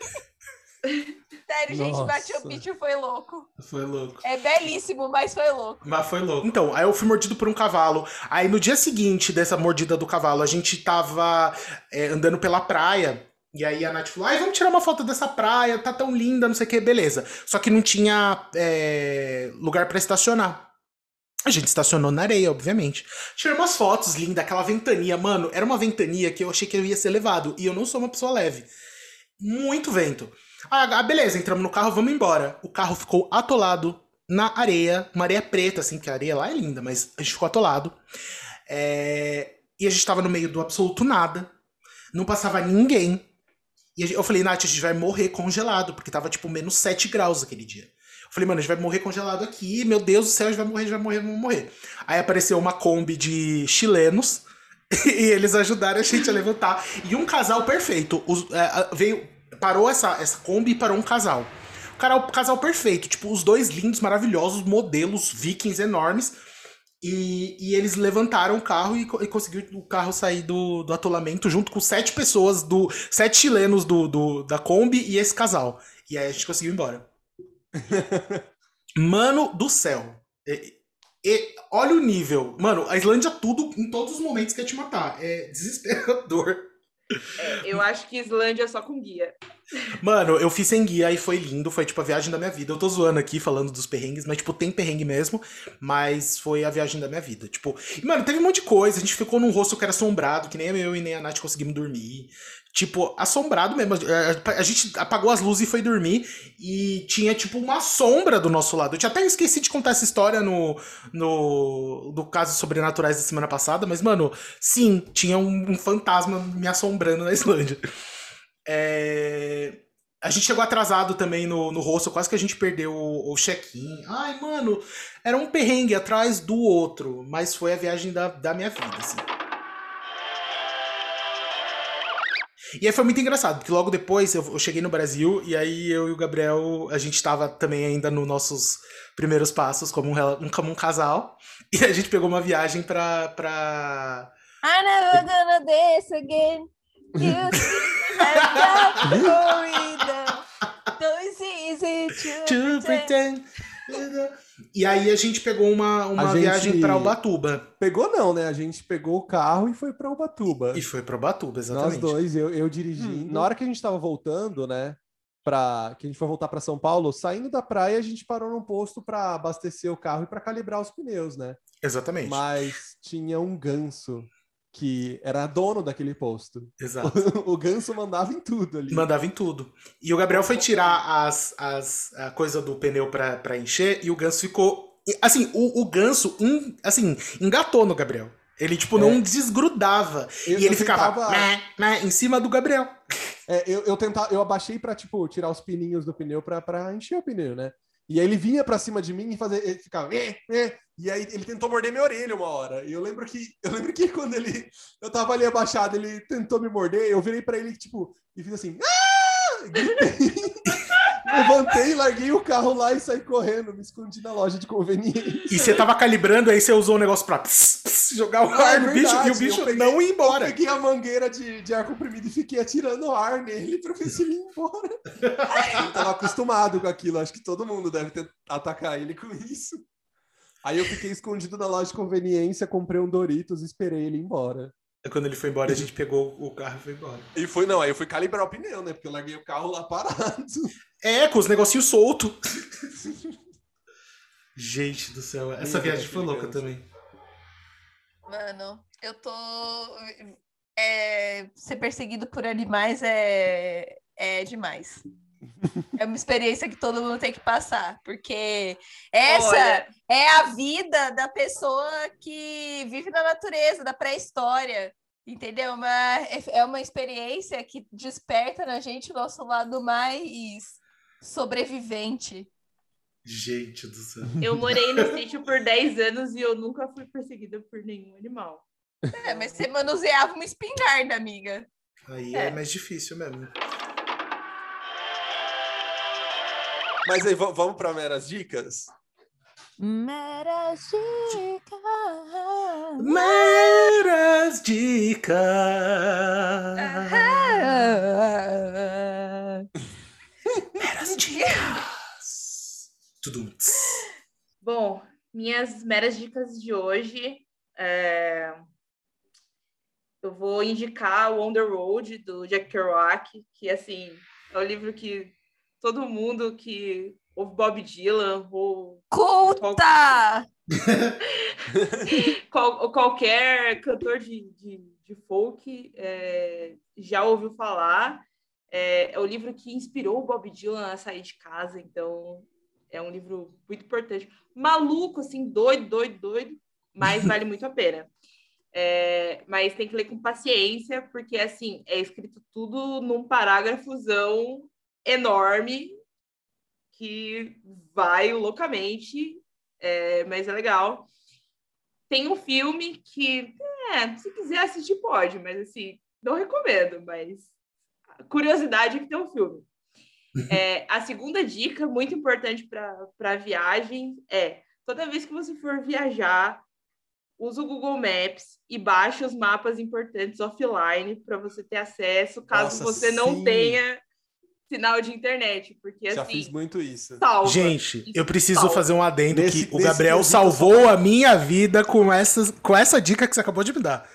mim. Sério, gente, Nossa. Machu Picchu foi louco. Foi louco. É belíssimo, mas foi louco. Mas foi louco. Então, aí eu fui mordido por um cavalo. Aí no dia seguinte dessa mordida do cavalo, a gente tava é, andando pela praia. E aí a Nath falou, ai, vamos tirar uma foto dessa praia, tá tão linda, não sei o que, beleza. Só que não tinha é, lugar pra estacionar. A gente estacionou na areia, obviamente. Tirei umas fotos lindas, aquela ventania. Mano, era uma ventania que eu achei que eu ia ser levado. E eu não sou uma pessoa leve. Muito vento. Ah, beleza, entramos no carro, vamos embora. O carro ficou atolado na areia. Uma areia preta, assim, que a areia lá é linda, mas a gente ficou atolado. É... E a gente tava no meio do absoluto nada. Não passava ninguém. E eu falei, Nath, a gente vai morrer congelado, porque tava tipo menos sete graus aquele dia. Eu falei, mano, a gente vai morrer congelado aqui, meu Deus do céu, a gente vai morrer, a gente vai morrer, vamos morrer. Aí apareceu uma Kombi de chilenos e eles ajudaram a gente a levantar. E um casal perfeito. Os, é, veio, parou essa, essa Kombi e parou um casal. O cara, o casal perfeito, tipo, os dois lindos, maravilhosos, modelos vikings enormes. E, e eles levantaram o carro e, e conseguiu o carro sair do, do atolamento junto com sete pessoas, do sete chilenos do, do, da Kombi e esse casal. E aí a gente conseguiu ir embora. Mano do céu. E, e, olha o nível. Mano, a Islândia tudo, em todos os momentos, quer te matar. É desesperador. É, eu acho que Islândia é só com guia. Mano, eu fiz sem guia e foi lindo. Foi tipo a viagem da minha vida. Eu tô zoando aqui falando dos perrengues, mas tipo, tem perrengue mesmo. Mas foi a viagem da minha vida. Tipo, e, mano, teve um monte de coisa. A gente ficou num rosto que era assombrado, que nem eu e nem a Nath conseguimos dormir. Tipo, assombrado mesmo. A, a gente apagou as luzes e foi dormir. E tinha, tipo, uma sombra do nosso lado. Eu tinha até esqueci de contar essa história no, no, no caso Sobrenaturais da semana passada. Mas, mano, sim, tinha um, um fantasma me assombrando na Islândia. É... A gente chegou atrasado também no, no hostel, quase que a gente perdeu o, o check-in. Ai, mano, era um perrengue atrás do outro, mas foi a viagem da, da minha vida, assim. E aí foi muito engraçado, porque logo depois eu, eu cheguei no Brasil, e aí eu e o Gabriel, a gente tava também ainda nos nossos primeiros passos como um, um, como um casal, e a gente pegou uma viagem pra... pra... I never gonna dance again. You have got freedom. So it's easy to, to pretend. E aí a gente pegou uma, uma gente... viagem pra Ubatuba. Pegou não, né? A gente pegou o carro e foi pra Ubatuba. E foi pra Ubatuba, exatamente. Nós dois, eu, eu dirigi. Hum, Na hora que a gente tava voltando, né? Pra, que a gente foi voltar pra São Paulo, saindo da praia, a gente parou num posto pra abastecer o carro e pra calibrar os pneus, né? Exatamente. Mas tinha um ganso que era dono daquele posto. Exato. O, o ganso mandava em tudo ali. Mandava em tudo. E o Gabriel foi tirar as, as, a coisa do pneu pra, pra encher e o ganso ficou... Assim, o, o ganso in, assim, engatou no Gabriel. Ele, tipo, não é. desgrudava. Eu, e ele ficava tentava... né, né, em cima do Gabriel. É, eu, eu, tentava, eu abaixei pra, tipo, tirar os pininhos do pneu pra, pra encher o pneu, né? E aí ele vinha pra cima de mim e fazia, ele ficava... Eh, eh, e aí ele tentou morder minha orelha uma hora. E eu lembro que, eu lembro que quando ele... Eu tava ali abaixado, ele tentou me morder, eu virei pra ele, tipo... E fiz assim... Ah! Gritei. Levantei, larguei o carro lá e saí correndo. Me escondi na loja de conveniência. E você tava calibrando, aí você usou o negócio pra pss, pss, jogar o ah, ar é no verdade, bicho e o bicho peguei, não ia embora. Eu peguei a mangueira de, de ar comprimido e fiquei atirando ar nele pra ver se ele ia embora. Ele tava acostumado com aquilo. Acho que todo mundo deve ter atacar ele com isso. Aí eu fiquei escondido na loja de conveniência, comprei um Doritos e esperei ele ir embora. Quando ele foi embora, a gente pegou o carro e foi embora. E foi, não, aí eu fui calibrar o pneu, né? Porque eu larguei o carro lá parado. É, com os negocinhos soltos. Gente do céu, essa viagem foi louca também. Mano, eu tô... É... Ser perseguido por animais é, é demais. É uma experiência que todo mundo tem que passar, porque essa Olha... é a vida da pessoa que vive na natureza, da pré-história, entendeu? Uma, é uma experiência que desperta na gente o nosso lado mais sobrevivente. Gente do céu. Eu morei no sítio por dez anos e eu nunca fui perseguida por nenhum animal. É, mas você manuseava uma espingarda, amiga. Aí é, é mais difícil mesmo. Mas aí, vamos para meras dicas? Meras dicas. Meras dicas. Meras dicas. Tudo. Bom, minhas meras dicas de hoje. É... Eu vou indicar o On the Road, do Jack Kerouac, que, assim, é o livro que todo mundo que ouve Bob Dylan ou Culta! qual, qualquer cantor de, de, de folk é, já ouviu falar. É, é o livro que inspirou o Bob Dylan a sair de casa, então é um livro muito importante. Maluco, assim, doido, doido, doido, mas vale muito a pena. É, mas tem que ler com paciência, porque, assim, é escrito tudo num parágrafozão enorme que vai loucamente, é, mas é legal. Tem um filme que, é, se quiser assistir, pode, mas, assim, não recomendo, mas curiosidade é que tem um filme. É, a segunda dica, muito importante para viagem, é toda vez que você for viajar, usa o Google Maps e baixa os mapas importantes offline para você ter acesso, caso Nossa, você não sim. tenha sinal de internet, porque Já assim, fiz muito isso. salva. Gente, Isso eu preciso salva. fazer um adendo Nesse- que o nesse Gabriel quesito, salvou só- a minha vida com essa, com essa dica que você acabou de me dar.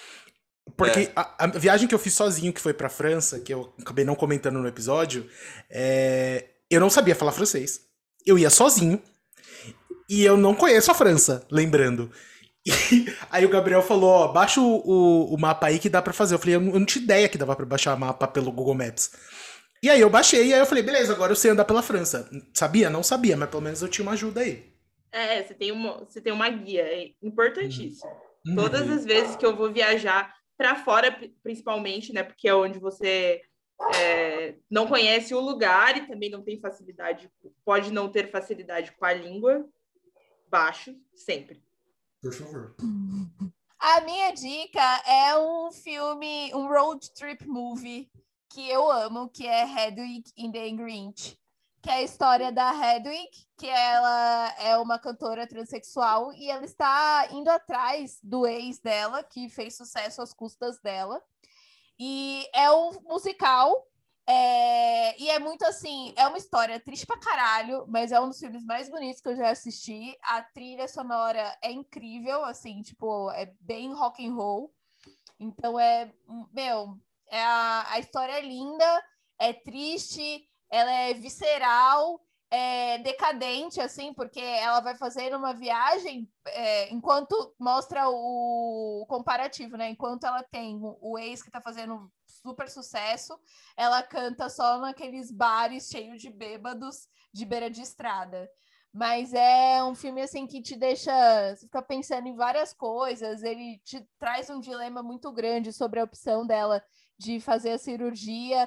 Porque É. a, a viagem que eu fiz sozinho, que foi pra França, que eu acabei não comentando no episódio, é, eu não sabia falar francês. Eu ia sozinho. E eu não conheço a França, lembrando. E aí o Gabriel falou, ó, baixa o, o, o mapa aí que dá pra fazer. Eu falei, eu não, eu não tinha ideia que dava pra baixar mapa pelo Google Maps. E aí eu baixei, e aí eu falei, beleza, agora eu sei andar pela França. Sabia? Não sabia, mas pelo menos eu tinha uma ajuda aí. É, você tem uma, você tem uma guia, é importantíssimo. Uhum. Todas as vezes que eu vou viajar para fora, pri- principalmente, né, porque é onde você é, não conhece o lugar e também não tem facilidade, pode não ter facilidade com a língua, baixo, sempre. Por favor. A minha dica é um filme, um road trip movie que eu amo, que é Hedwig in the Grinch, que é a história da Hedwig, que ela é uma cantora transexual e ela está indo atrás do ex dela, que fez sucesso às custas dela. E é um musical, é, e é muito assim, é uma história triste pra caralho, mas é um dos filmes mais bonitos que eu já assisti. A trilha sonora é incrível, assim, tipo, é bem rock and roll. Então é, meu, é a, a história é linda, é triste, ela é visceral, é decadente, assim, porque ela vai fazendo uma viagem é, enquanto mostra o, o comparativo, né? Enquanto ela tem o, o ex que tá fazendo super sucesso, ela canta só naqueles bares cheios de bêbados de beira de estrada. Mas é um filme assim que te deixa, você fica pensando em várias coisas, ele te traz um dilema muito grande sobre a opção dela de fazer a cirurgia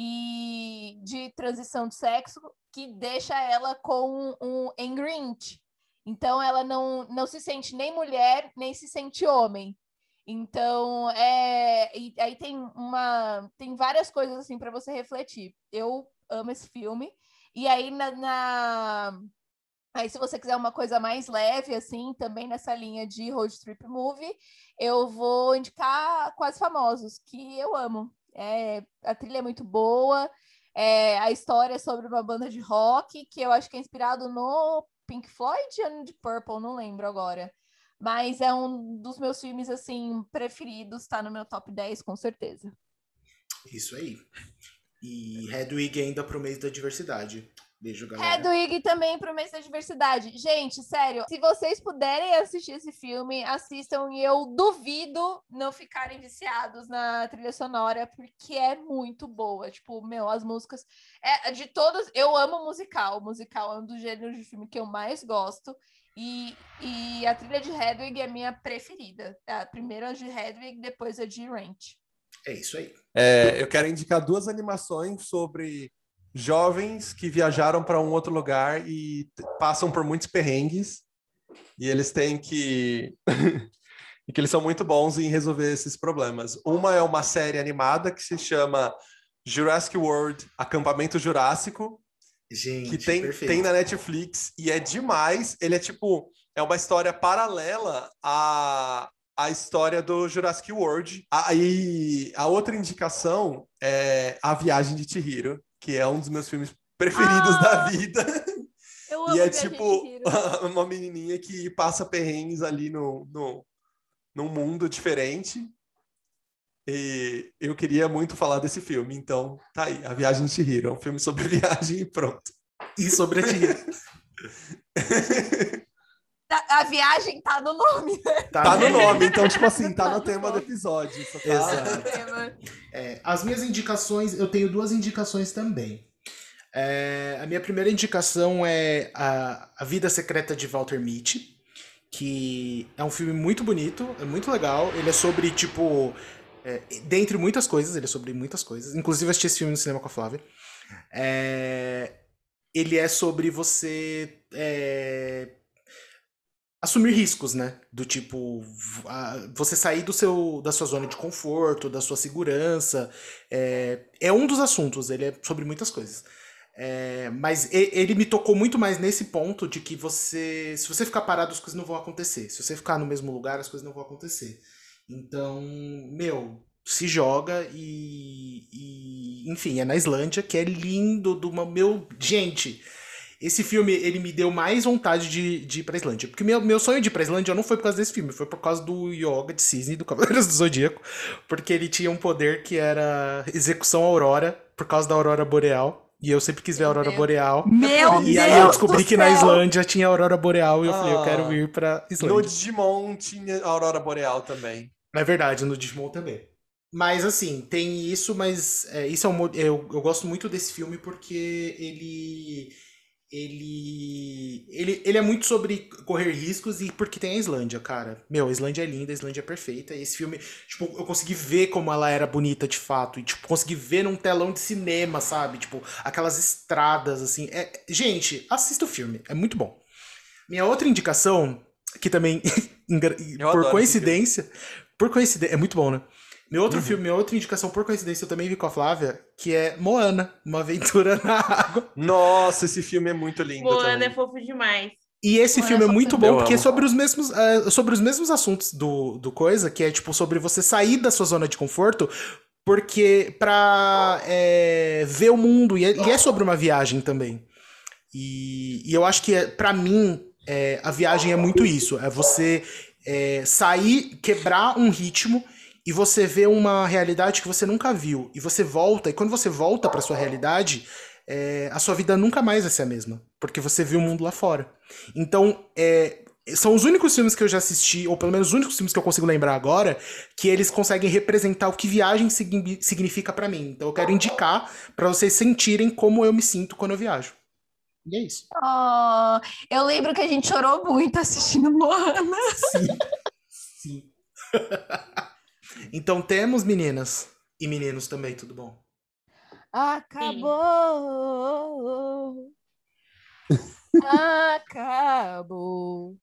e de transição de sexo, que deixa ela com um Grinch. Então ela não, não se sente nem mulher, nem se sente homem. Então, é, e aí tem uma tem várias coisas assim para você refletir. Eu amo esse filme. E aí na, na Aí, se você quiser uma coisa mais leve, assim, também nessa linha de road trip movie, eu vou indicar Quase Famosos, que eu amo. É, a trilha é muito boa, é, a história é sobre uma banda de rock, que eu acho que é inspirado no Pink Floyd ou no Deep Purple, não lembro agora. Mas é um dos meus filmes, assim, preferidos, tá no meu top dez, com certeza. Isso aí. E Hedwig ainda pro mês da diversidade. Beijo, galera. Hedwig também pro mês da diversidade. Gente, sério, se vocês puderem assistir esse filme, assistam e eu duvido não ficarem viciados na trilha sonora, porque é muito boa. Tipo, meu, as músicas... É, de todas, eu amo musical. Musical é um dos gêneros de filme que eu mais gosto. E, e a trilha de Hedwig é a minha preferida. A primeira é de Hedwig, depois a de Ranch. É isso aí. É, eu quero indicar duas animações sobre jovens que viajaram para um outro lugar e t- passam por muitos perrengues e eles têm que e que eles são muito bons em resolver esses problemas. Uma é uma série animada que se chama Jurassic World, Acampamento Jurássico, Gente, que tem, perfeito. tem na Netflix e é demais. Ele é tipo, é uma história paralela à, à história do Jurassic World. Aí a outra indicação é A Viagem de Chihiro, que é um dos meus filmes preferidos Ah! da vida. Eu amo E é Viagem de tipo Chihiro. uma menininha que passa perrengues ali no, no, num mundo diferente. E eu queria muito falar desse filme, então tá aí, A Viagem de Chihiro, é um filme sobre viagem e pronto. E sobre a Chihiro. A, a viagem tá no nome, né? Tá no nome, então, tipo assim, tá no tema do episódio. Isso tá... Exato. É, as minhas indicações, eu tenho duas indicações também. É, a minha primeira indicação é a, a Vida Secreta de Walter Mitty, que é um filme muito bonito, é muito legal. Ele é sobre, tipo, é, dentre muitas coisas, ele é sobre muitas coisas. Inclusive, eu assisti esse filme no cinema com a Flávia. É, ele é sobre você é, assumir riscos, né? Do tipo, a- você sair do seu, da sua zona de conforto, da sua segurança. É, é um dos assuntos, ele é sobre muitas coisas. É, mas e- ele me tocou muito mais nesse ponto de que você, se você ficar parado, as coisas não vão acontecer. Se você ficar no mesmo lugar, as coisas não vão acontecer. Então, meu, se joga e, e, enfim, é na Islândia, que é lindo, do uma, meu, gente, esse filme, ele me deu mais vontade de, de ir pra Islândia. Porque meu, meu sonho de ir pra Islândia não foi por causa desse filme, foi por causa do Yoga de Cisne, do Cavaleiros do Zodíaco, porque ele tinha um poder que era execução aurora, por causa da aurora boreal. E eu sempre quis ver a Meu aurora Deus. boreal. Meu E Deus aí eu do descobri que na céu! Islândia tinha a aurora boreal e eu falei, eu Ah, quero ir pra No Islândia. Digimon tinha a Aurora Boreal também. É verdade, no Digimon também. Mas assim, tem isso, mas é, isso é um, mo- eu, eu gosto muito desse filme porque ele, ele, ele, ele é muito sobre correr riscos e porque tem a Islândia, cara. Meu, a Islândia é linda, a Islândia é perfeita. E esse filme, tipo, eu consegui ver como ela era bonita de fato. E, tipo, consegui ver num telão de cinema, sabe? Tipo, aquelas estradas, assim. É, gente, assista o filme, é muito bom. Minha outra indicação, que também, engra- Eu por adoro esse coincidência, por coincidência, é muito bom, né? Meu outro Uhum. filme, minha outra indicação, por coincidência, eu também vi com a Flávia, que é Moana, Uma Aventura na Água. Nossa, esse filme é muito lindo Moana também. é fofo demais. E esse Moana filme é é muito fofa. bom Eu porque é amo. sobre os mesmos, é, sobre os mesmos assuntos do, do coisa, que é tipo sobre você sair da sua zona de conforto, porque pra é, ver o mundo, e é, e é sobre uma viagem também. E, e eu acho que, é, pra mim, é, a viagem é muito isso. É você é, sair, quebrar um ritmo e você ver uma realidade que você nunca viu. E você volta, e quando você volta pra sua realidade, é, a sua vida nunca mais vai ser a mesma. Porque você viu o mundo lá fora. Então, é, são os únicos filmes que eu já assisti, ou pelo menos os únicos filmes que eu consigo lembrar agora, que eles conseguem representar o que viagem signi- significa pra mim. Então eu quero indicar pra vocês sentirem como eu me sinto quando eu viajo. E é isso. Oh, eu lembro que a gente chorou muito assistindo Moana. Sim. Sim. Então temos meninas e meninos também, tudo bom? Acabou. Acabou.